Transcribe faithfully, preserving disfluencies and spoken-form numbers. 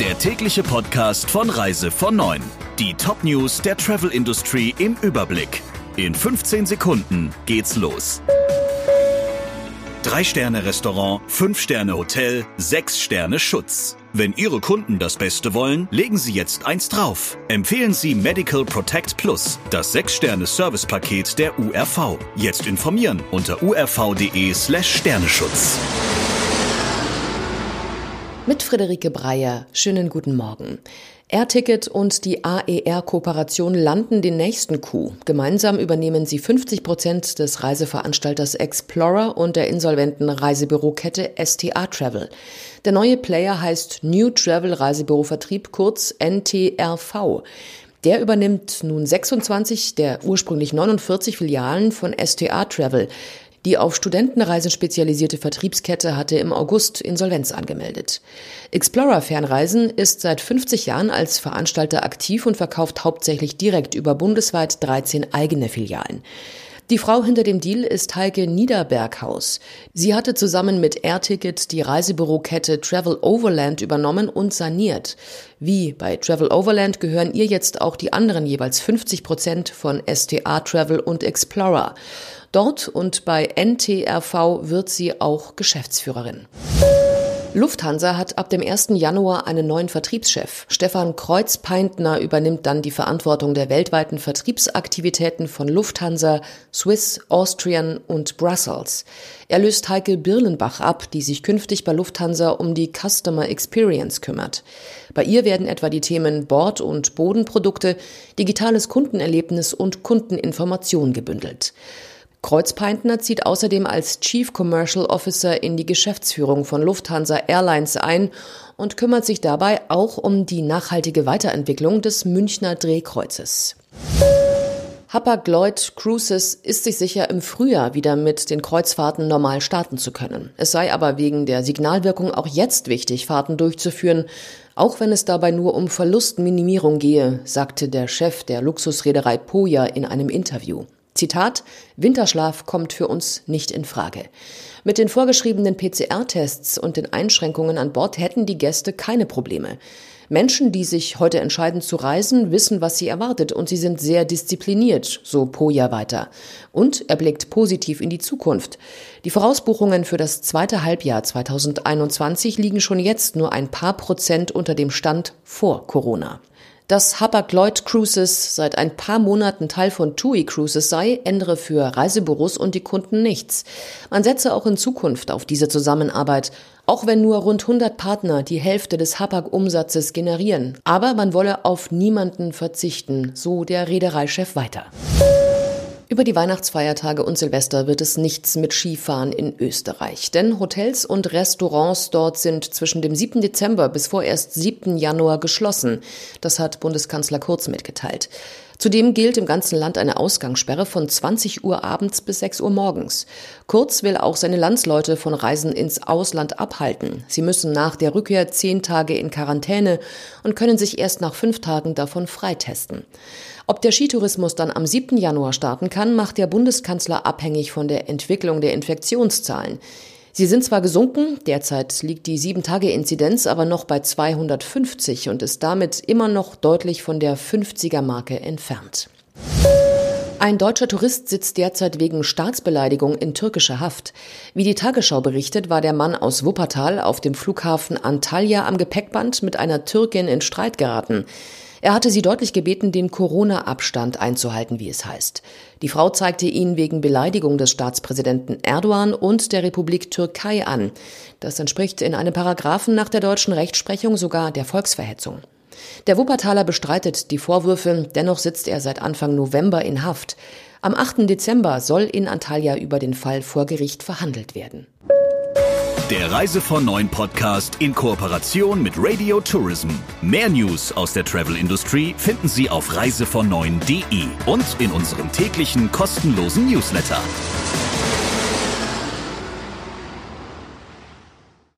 Der tägliche Podcast von Reise von neun. Die Top-News der Travel-Industrie im Überblick. In fünfzehn Sekunden geht's los. Drei-Sterne-Restaurant, Fünf-Sterne-Hotel, Sechs-Sterne-Schutz. Wenn Ihre Kunden das Beste wollen, legen Sie jetzt eins drauf. Empfehlen Sie Medical Protect Plus, das Sechs-Sterne-Service-Paket der U R V. Jetzt informieren unter u r v punkt d e slash Sterneschutz. Mit Friederike Breyer, schönen guten Morgen. Airticket und die A E R-Kooperation landen den nächsten Coup. Gemeinsam übernehmen sie fünfzig Prozent des Reiseveranstalters Explorer und der insolventen Reisebürokette S T A Travel. Der neue Player heißt New Travel Reisebürovertrieb, kurz N T R V. Der übernimmt nun sechsundzwanzig der ursprünglich neunundvierzig Filialen von S T A Travel. Die auf Studentenreisen spezialisierte Vertriebskette hatte im August Insolvenz angemeldet. Explorer Fernreisen ist seit fünfzig Jahren als Veranstalter aktiv und verkauft hauptsächlich direkt über bundesweit dreizehn eigene Filialen. Die Frau hinter dem Deal ist Heike Niederberghaus. Sie hatte zusammen mit Airticket die Reisebürokette Travel Overland übernommen und saniert. Wie bei Travel Overland gehören ihr jetzt auch die anderen jeweils fünfzig Prozent von S T A Travel und Explorer. Dort und bei N T R V wird sie auch Geschäftsführerin. Lufthansa hat ab dem ersten Januar einen neuen Vertriebschef. Stefan Kreuz-Peintner übernimmt dann die Verantwortung der weltweiten Vertriebsaktivitäten von Lufthansa, Swiss, Austrian und Brussels. Er löst Heike Birlenbach ab, die sich künftig bei Lufthansa um die Customer Experience kümmert. Bei ihr werden etwa die Themen Bord- und Bodenprodukte, digitales Kundenerlebnis und Kundeninformation gebündelt. Kreuz-Peintner zieht außerdem als Chief Commercial Officer in die Geschäftsführung von Lufthansa Airlines ein und kümmert sich dabei auch um die nachhaltige Weiterentwicklung des Münchner Drehkreuzes. Hapag-Lloyd Cruises ist sich sicher, im Frühjahr wieder mit den Kreuzfahrten normal starten zu können. Es sei aber wegen der Signalwirkung auch jetzt wichtig, Fahrten durchzuführen, auch wenn es dabei nur um Verlustminimierung gehe, sagte der Chef der Luxusreederei Poja in einem Interview. Zitat: Winterschlaf kommt für uns nicht in Frage. Mit den vorgeschriebenen P C R-Tests und den Einschränkungen an Bord hätten die Gäste keine Probleme. Menschen, die sich heute entscheiden zu reisen, wissen, was sie erwartet und sie sind sehr diszipliniert, so Poja weiter. Und er blickt positiv in die Zukunft. Die Vorausbuchungen für das zweite Halbjahr zweitausendeinundzwanzig liegen schon jetzt nur ein paar Prozent unter dem Stand vor Corona. Dass Hapag-Lloyd Cruises seit ein paar Monaten Teil von T U I Cruises sei, ändere für Reisebüros und die Kunden nichts. Man setze auch in Zukunft auf diese Zusammenarbeit, auch wenn nur rund hundert Partner die Hälfte des Hapag-Umsatzes generieren. Aber man wolle auf niemanden verzichten, so der Reedereichef weiter. Über die Weihnachtsfeiertage und Silvester wird es nichts mit Skifahren in Österreich. Denn Hotels und Restaurants dort sind zwischen dem siebten Dezember bis vorerst siebten Januar geschlossen. Das hat Bundeskanzler Kurz mitgeteilt. Zudem gilt im ganzen Land eine Ausgangssperre von zwanzig Uhr abends bis sechs Uhr morgens. Kurz will auch seine Landsleute von Reisen ins Ausland abhalten. Sie müssen nach der Rückkehr zehn Tage in Quarantäne und können sich erst nach fünf Tagen davon freitesten. Ob der Skitourismus dann am siebten Januar starten kann, macht der Bundeskanzler abhängig von der Entwicklung der Infektionszahlen. Sie sind zwar gesunken, derzeit liegt die sieben Tage Inzidenz aber noch bei zweihundertfünfzig und ist damit immer noch deutlich von der fünfziger-Marke entfernt. Ein deutscher Tourist sitzt derzeit wegen Staatsbeleidigung in türkischer Haft. Wie die Tagesschau berichtet, war der Mann aus Wuppertal auf dem Flughafen Antalya am Gepäckband mit einer Türkin in Streit geraten. Er hatte sie deutlich gebeten, den Corona-Abstand einzuhalten, wie es heißt. Die Frau zeigte ihn wegen Beleidigung des Staatspräsidenten Erdogan und der Republik Türkei an. Das entspricht in einem Paragraphen nach der deutschen Rechtsprechung sogar der Volksverhetzung. Der Wuppertaler bestreitet die Vorwürfe, dennoch sitzt er seit Anfang November in Haft. Am achten Dezember soll in Antalya über den Fall vor Gericht verhandelt werden. Der Reise von neun Podcast in Kooperation mit Radio Tourism. Mehr News aus der Travel-Industrie finden Sie auf reise von neun punkt de und in unserem täglichen kostenlosen Newsletter.